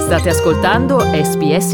State ascoltando SBS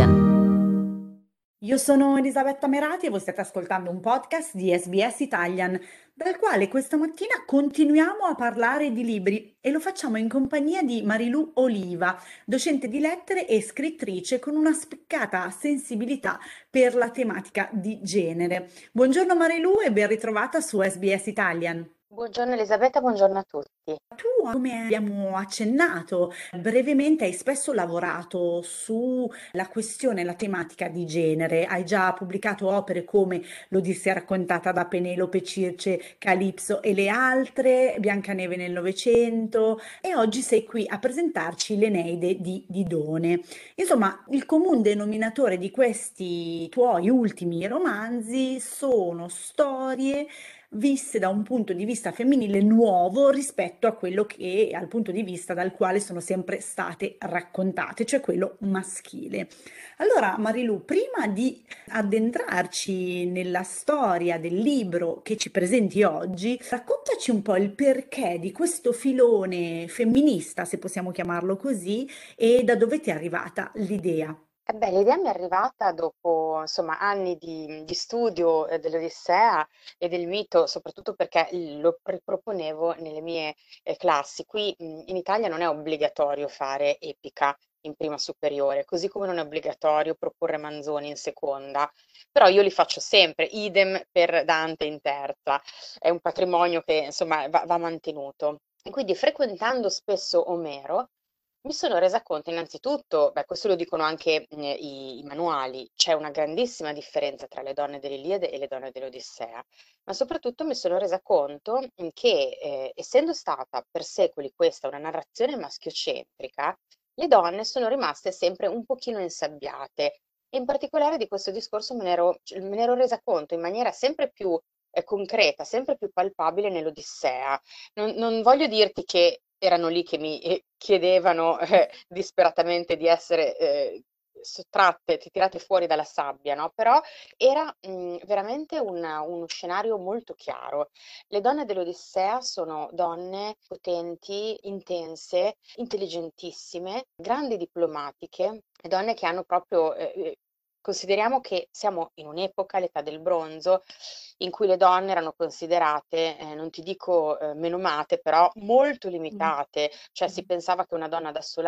Italian. Io sono Elisabetta Merati e voi state ascoltando un podcast di SBS Italian, dal quale questa mattina continuiamo a parlare di libri e lo facciamo in compagnia di Marilù Oliva, docente di lettere e scrittrice con una spiccata sensibilità per la tematica di genere. Buongiorno Marilù e ben ritrovata su SBS Italian. Buongiorno Elisabetta, buongiorno a tutti. Tu, come abbiamo accennato brevemente, hai spesso lavorato sulla questione, la tematica di genere. Hai già pubblicato opere come L'Odissea raccontata da Penelope, Circe, Calipso e le altre, Biancaneve nel Novecento, e oggi sei qui a presentarci l'Eneide di Didone. Insomma, il comune denominatore di questi tuoi ultimi romanzi sono storie viste da un punto di vista femminile nuovo rispetto a quello che al punto di vista dal quale sono sempre state raccontate, cioè quello maschile. Allora, Marilù, prima di addentrarci nella storia del libro che ci presenti oggi, raccontaci un po' il perché di questo filone femminista, se possiamo chiamarlo così, e da dove ti è arrivata l'idea. L'idea mi è arrivata dopo, insomma, anni di studio dell'Odissea e del mito, soprattutto perché lo riproponevo nelle mie classi. Qui in Italia non è obbligatorio fare epica in prima superiore, così come non è obbligatorio proporre Manzoni in seconda, però io li faccio sempre, idem per Dante in terza. È un patrimonio che, insomma, va mantenuto. E quindi frequentando spesso Omero, mi sono resa conto innanzitutto, questo lo dicono anche i manuali, c'è una grandissima differenza tra le donne dell'Iliade e le donne dell'Odissea, ma soprattutto mi sono resa conto che essendo stata per secoli questa una narrazione maschiocentrica, le donne sono rimaste sempre un pochino insabbiate. E in particolare di questo discorso me ne ero resa conto in maniera sempre più concreta, sempre più palpabile nell'Odissea. Non voglio dirti che erano lì che mi chiedevano disperatamente di essere sottratte, tirate fuori dalla sabbia, no? Però era veramente uno scenario molto chiaro. Le donne dell'Odissea sono donne potenti, intense, intelligentissime, grandi diplomatiche, donne che hanno proprio consideriamo che siamo in un'epoca, l'età del bronzo, in cui le donne erano considerate, non ti dico menomate, però molto Mm. limitate, cioè si pensava che una donna da sola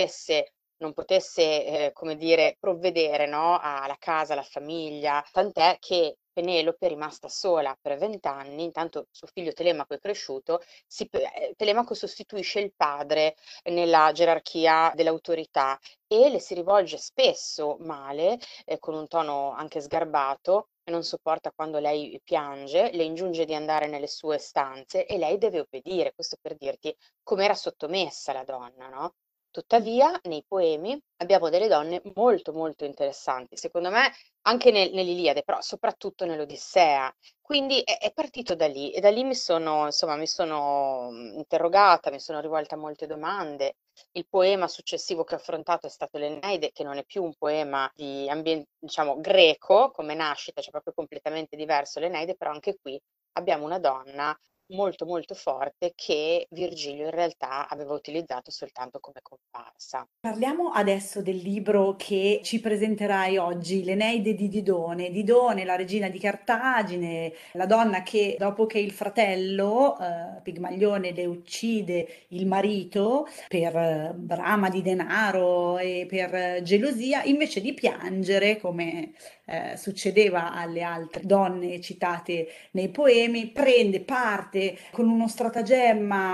non potesse, come dire, provvedere, no, alla casa, alla famiglia, tant'è che Penelope è rimasta sola per 20 anni, intanto suo figlio Telemaco è cresciuto, Telemaco sostituisce il padre nella gerarchia dell'autorità e le si rivolge spesso male, con un tono anche sgarbato, e non sopporta quando lei piange, le ingiunge di andare nelle sue stanze e lei deve obbedire, questo per dirti com'era sottomessa la donna, no? Tuttavia, nei poemi abbiamo delle donne molto molto interessanti, secondo me anche nell'Iliade, però soprattutto nell'Odissea. Quindi è partito da lì e da lì insomma, mi sono interrogata, mi sono rivolta a molte domande. Il poema successivo che ho affrontato è stato l'Eneide, che non è più un poema di ambiente, diciamo, greco come nascita, cioè proprio completamente diverso l'Eneide, però anche qui abbiamo una donna molto molto forte che Virgilio in realtà aveva utilizzato soltanto come comparsa. Parliamo adesso del libro che ci presenterai oggi, L'Eneide di Didone. Didone, la regina di Cartagine, la donna che dopo che il fratello Pigmalione le uccide il marito per brama di denaro e per gelosia, invece di piangere come succedeva alle altre donne citate nei poemi, prende parte con uno stratagemma,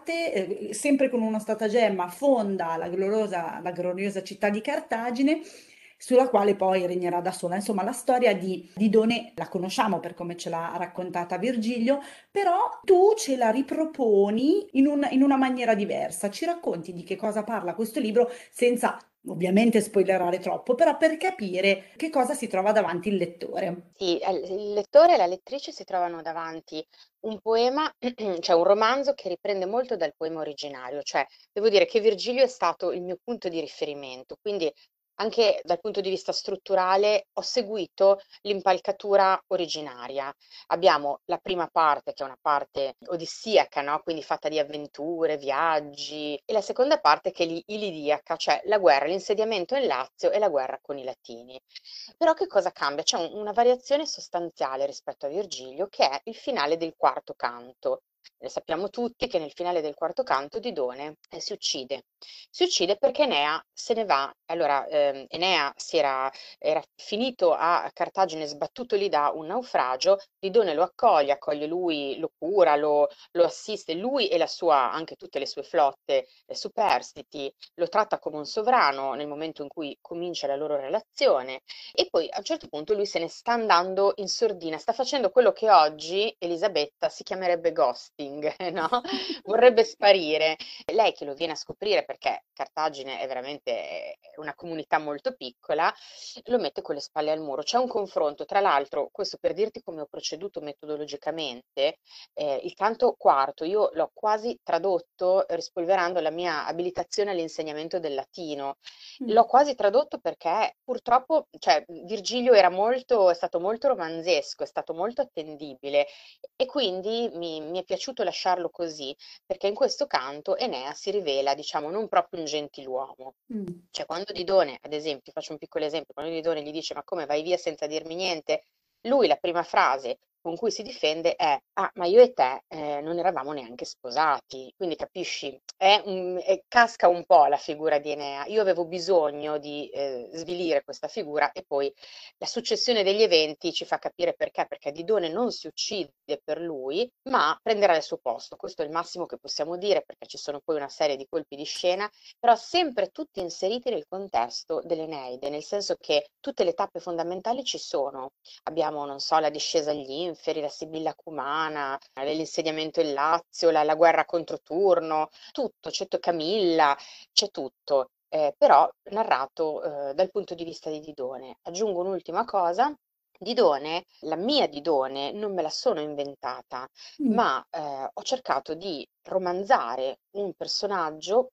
sempre con uno stratagemma, fonda la gloriosa città di Cartagine, sulla quale poi regnerà da sola. Insomma, la storia di Didone la conosciamo per come ce l'ha raccontata Virgilio, però tu ce la riproponi in una maniera diversa. Ci racconti di che cosa parla questo libro senza ovviamente spoilerare troppo, però per capire che cosa si trova davanti il lettore. Sì, il lettore e la lettrice si trovano davanti un poema, cioè un romanzo che riprende molto dal poema originario, cioè devo dire che Virgilio è stato il mio punto di riferimento, quindi anche dal punto di vista strutturale ho seguito l'impalcatura originaria. Abbiamo la prima parte, che è una parte odissiaca, no? Quindi fatta di avventure, viaggi, e la seconda parte che è ilidiaca, cioè la guerra, l'insediamento in Lazio e la guerra con i Latini. Però che cosa cambia? C'è una variazione sostanziale rispetto a Virgilio, che è il finale del quarto canto. Sappiamo tutti che nel finale del quarto canto Didone si uccide. Si uccide perché Enea se ne va. Allora, Enea era finito a Cartagine, sbattuto lì da un naufragio. Didone lo accoglie, accoglie lui, lo cura, lo assiste, lui e la sua, anche tutte le sue flotte superstiti, lo tratta come un sovrano nel momento in cui comincia la loro relazione. E poi a un certo punto lui se ne sta andando in sordina, sta facendo quello che oggi Elisabetta si chiamerebbe ghosting, no? Vorrebbe sparire. Lei che lo viene a scoprire perché Cartagine è veramente una comunità molto piccola, lo mette con le spalle al muro. C'è un confronto, tra l'altro, questo per dirti come ho proceduto metodologicamente, il canto quarto io l'ho quasi tradotto rispolverando la mia abilitazione all'insegnamento del latino. L'ho Mm. quasi tradotto perché purtroppo, cioè, Virgilio è stato molto romanzesco, è stato molto attendibile e quindi mi è piaciuto lasciarlo così, perché in questo canto Enea si rivela, diciamo, non proprio un gentiluomo. Mm. Cioè, quando Didone, ad esempio, faccio un piccolo esempio, quando Didone gli dice: Ma come vai via senza dirmi niente? Lui, la prima frase con cui si difende è: Ah, ma io e te non eravamo neanche sposati. Quindi capisci, casca un po' la figura di Enea. Io avevo bisogno di svilire questa figura e poi la successione degli eventi ci fa capire perché, perché Didone non si uccide per lui, ma prenderà il suo posto. Questo è il massimo che possiamo dire, perché ci sono poi una serie di colpi di scena però sempre tutti inseriti nel contesto dell'Eneide, nel senso che tutte le tappe fondamentali ci sono. Abbiamo, non so, la discesa agli inferi, la Sibilla Cumana, l'insediamento in Lazio, la guerra contro Turno, tutto, c'è Camilla, c'è tutto. Però narrato dal punto di vista di Didone. Aggiungo un'ultima cosa. Didone, la mia Didone, non me la sono inventata, Mm. ma ho cercato di romanzare un personaggio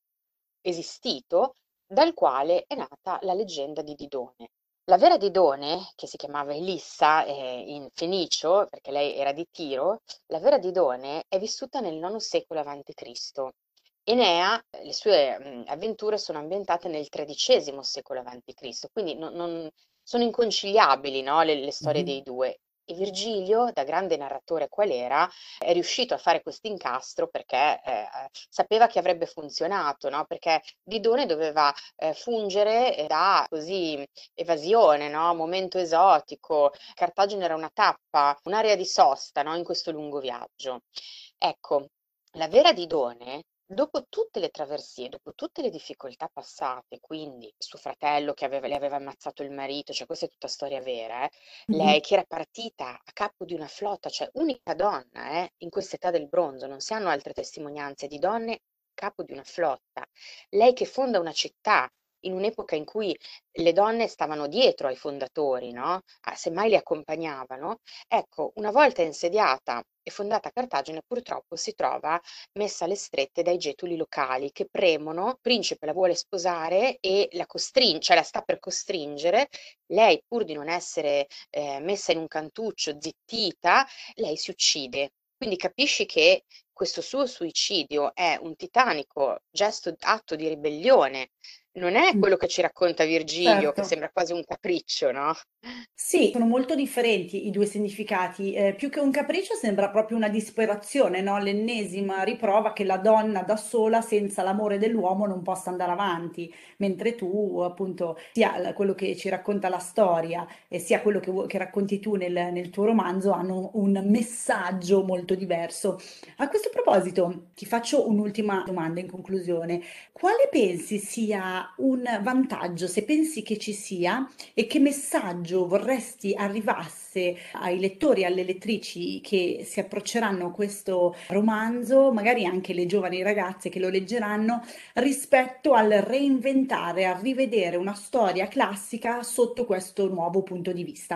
esistito dal quale è nata la leggenda di Didone. La vera Didone, che si chiamava Elissa in fenicio, perché lei era di Tiro, la vera Didone è vissuta nel IX secolo avanti Cristo. Enea, le sue avventure sono ambientate nel XIII secolo avanti Cristo, quindi sono inconciliabili, no, le storie dei Mhm. due. E Virgilio, da grande narratore qual era, è riuscito a fare questo incastro perché sapeva che avrebbe funzionato, no? Perché Didone doveva fungere da così evasione, no? Momento esotico. Cartagine era una tappa, un'area di sosta, no? In questo lungo viaggio. Ecco, la vera Didone, dopo tutte le traversie, dopo tutte le difficoltà passate, quindi suo fratello che le aveva ammazzato il marito, cioè questa è tutta storia vera, lei Mhm. che era partita a capo di una flotta, cioè unica donna, in quest'età del bronzo, non si hanno altre testimonianze di donne a capo di una flotta. Lei che fonda una città in un'epoca in cui le donne stavano dietro ai fondatori, no? Semmai li accompagnavano. Ecco, una volta insediata e fondata Cartagine, purtroppo si trova messa alle strette dai getuli locali che premono, il principe la vuole sposare e la costringe, cioè la sta per costringere, lei pur di non essere messa in un cantuccio, zittita, lei si uccide. Quindi capisci che questo suo suicidio è un titanico gesto, atto di ribellione, non è Mm. quello che ci racconta Virgilio, che Certo. sembra quasi un capriccio, no? Sì, sono molto differenti i due significati. Più che un capriccio sembra proprio una disperazione, no? L'ennesima riprova che la donna da sola, senza l'amore dell'uomo, non possa andare avanti, mentre tu, appunto, sia quello che ci racconta la storia e sia quello che racconti tu nel tuo romanzo hanno un messaggio molto diverso. A questo proposito, ti faccio un'ultima domanda in conclusione. Quale pensi sia un vantaggio, se pensi che ci sia? E che messaggio vorresti arrivasse ai lettori e alle lettrici che si approcceranno a questo romanzo, magari anche le giovani ragazze che lo leggeranno, rispetto al reinventare, a rivedere una storia classica sotto questo nuovo punto di vista?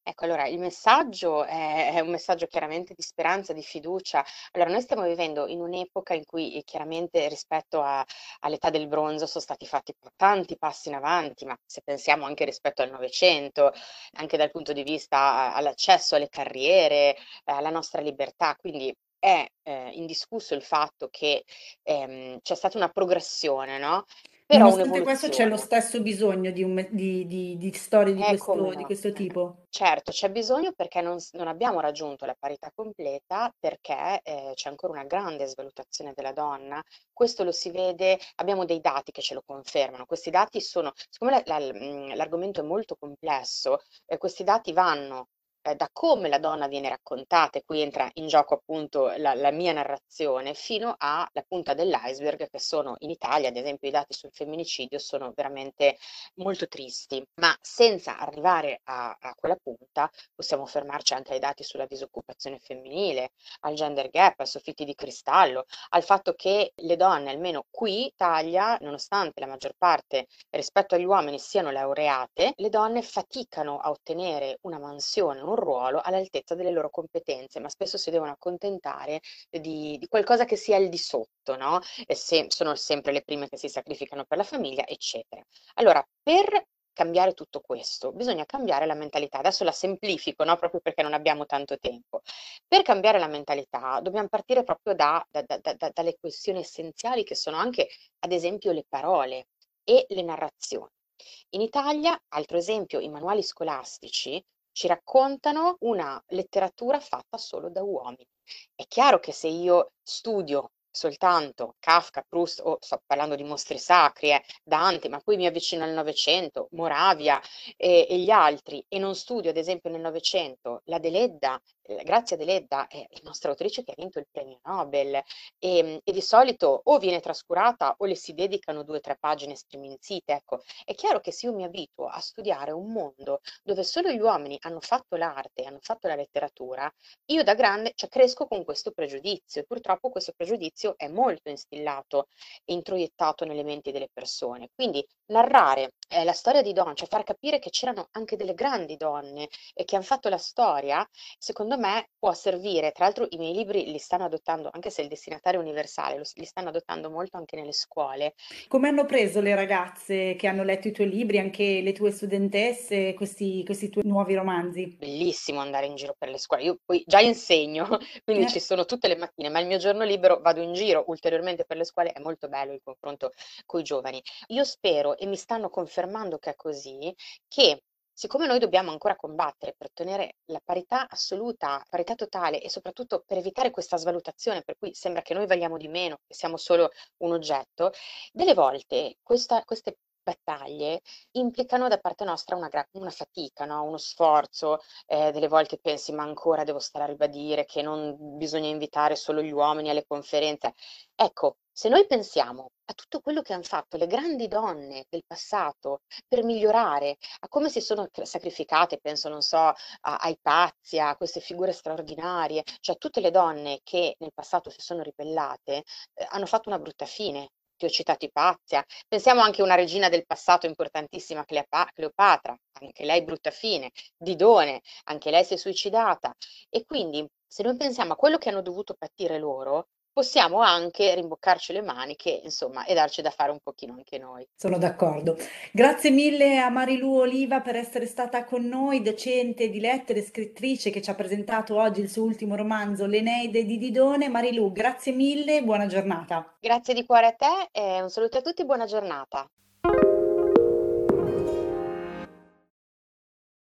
Ecco, allora il messaggio è un messaggio chiaramente di speranza, di fiducia. Allora, noi stiamo vivendo in un'epoca in cui chiaramente rispetto all'età del bronzo sono stati fatti tanti passi in avanti, ma se pensiamo anche rispetto al Novecento, anche dal punto di vista all'accesso alle carriere, alla nostra libertà, quindi è indiscusso il fatto che c'è stata una progressione, no? Però Nonostante questo c'è lo un'evoluzione. stesso bisogno di storie Come di no. questo tipo. Certo, c'è bisogno perché non abbiamo raggiunto la parità completa, perché c'è ancora una grande svalutazione della donna. Questo lo si vede, abbiamo dei dati che ce lo confermano. Questi dati sono, siccome l'argomento è molto complesso, questi dati vanno da come la donna viene raccontata, e qui entra in gioco appunto la mia narrazione, fino alla punta dell'iceberg, che sono in Italia, ad esempio, i dati sul femminicidio sono veramente molto tristi, ma senza arrivare a quella punta possiamo fermarci anche ai dati sulla disoccupazione femminile, al gender gap, ai soffitti di cristallo, al fatto che le donne, almeno qui in Italia, nonostante la maggior parte rispetto agli uomini siano laureate, le donne faticano a ottenere una mansione, un ruolo all'altezza delle loro competenze, ma spesso si devono accontentare di qualcosa che sia al di sotto, no? E sono sempre le prime che si sacrificano per la famiglia, eccetera. Allora, per cambiare tutto questo, bisogna cambiare la mentalità. Adesso la semplifico, no? Proprio perché non abbiamo tanto tempo. Per cambiare la mentalità dobbiamo partire proprio dalle questioni essenziali che sono anche, ad esempio, le parole e le narrazioni. In Italia, altro esempio, i manuali scolastici ci raccontano una letteratura fatta solo da uomini. È chiaro che se io studio soltanto Kafka, Proust, o sto parlando di mostri sacri, Dante, ma poi mi avvicino al Novecento, Moravia e gli altri, e non studio, ad esempio, nel Novecento la Deledda, Grazia Deledda è la nostra autrice che ha vinto il premio Nobel, e di solito o viene trascurata o le si dedicano 2 o 3 pagine striminzite. Ecco, è chiaro che se io mi abituo a studiare un mondo dove solo gli uomini hanno fatto l'arte, hanno fatto la letteratura, io da grande, cioè, cresco con questo pregiudizio, e purtroppo questo pregiudizio è molto instillato e introiettato nelle menti delle persone. Quindi narrare la storia di donne, cioè far capire che c'erano anche delle grandi donne e che hanno fatto la storia, secondo me può servire. Tra l'altro i miei libri li stanno adottando, anche se il destinatario è universale, li stanno adottando molto anche nelle scuole. Come hanno preso le ragazze che hanno letto i tuoi libri, anche le tue studentesse, questi tuoi nuovi romanzi? Bellissimo andare in giro per le scuole. Io poi già insegno, quindi Eh, ci sono tutte le mattine, ma il mio giorno libero vado in giro ulteriormente per le scuole, è molto bello il confronto con i giovani. Io spero, e mi stanno confermando che è così, che siccome noi dobbiamo ancora combattere per ottenere la parità assoluta, parità totale, e soprattutto per evitare questa svalutazione per cui sembra che noi valiamo di meno, che siamo solo un oggetto, delle volte queste battaglie implicano da parte nostra una fatica, no? Uno sforzo, delle volte pensi: "Ma ancora devo stare a ribadire che non bisogna invitare solo gli uomini alle conferenze". Ecco, se noi pensiamo a tutto quello che han fatto le grandi donne del passato per migliorare, a come si sono sacrificate, penso, non so, a Ipazia, a queste figure straordinarie, cioè tutte le donne che nel passato si sono ribellate, hanno fatto una brutta fine. Ti ho citato Ipazia, pensiamo anche a una regina del passato importantissima, Cleopatra, anche lei brutta fine, Didone, anche lei si è suicidata. E quindi, se noi pensiamo a quello che hanno dovuto patire loro, possiamo anche rimboccarci le maniche, insomma, e darci da fare un pochino anche noi. sono d'accordo. Grazie mille a Marilu Oliva per essere stata con noi, docente di lettere e scrittrice che ci ha presentato oggi il suo ultimo romanzo, L'Eneide di Didone. Marilu, grazie mille, buona giornata. Grazie di cuore a te e un saluto a tutti, buona giornata.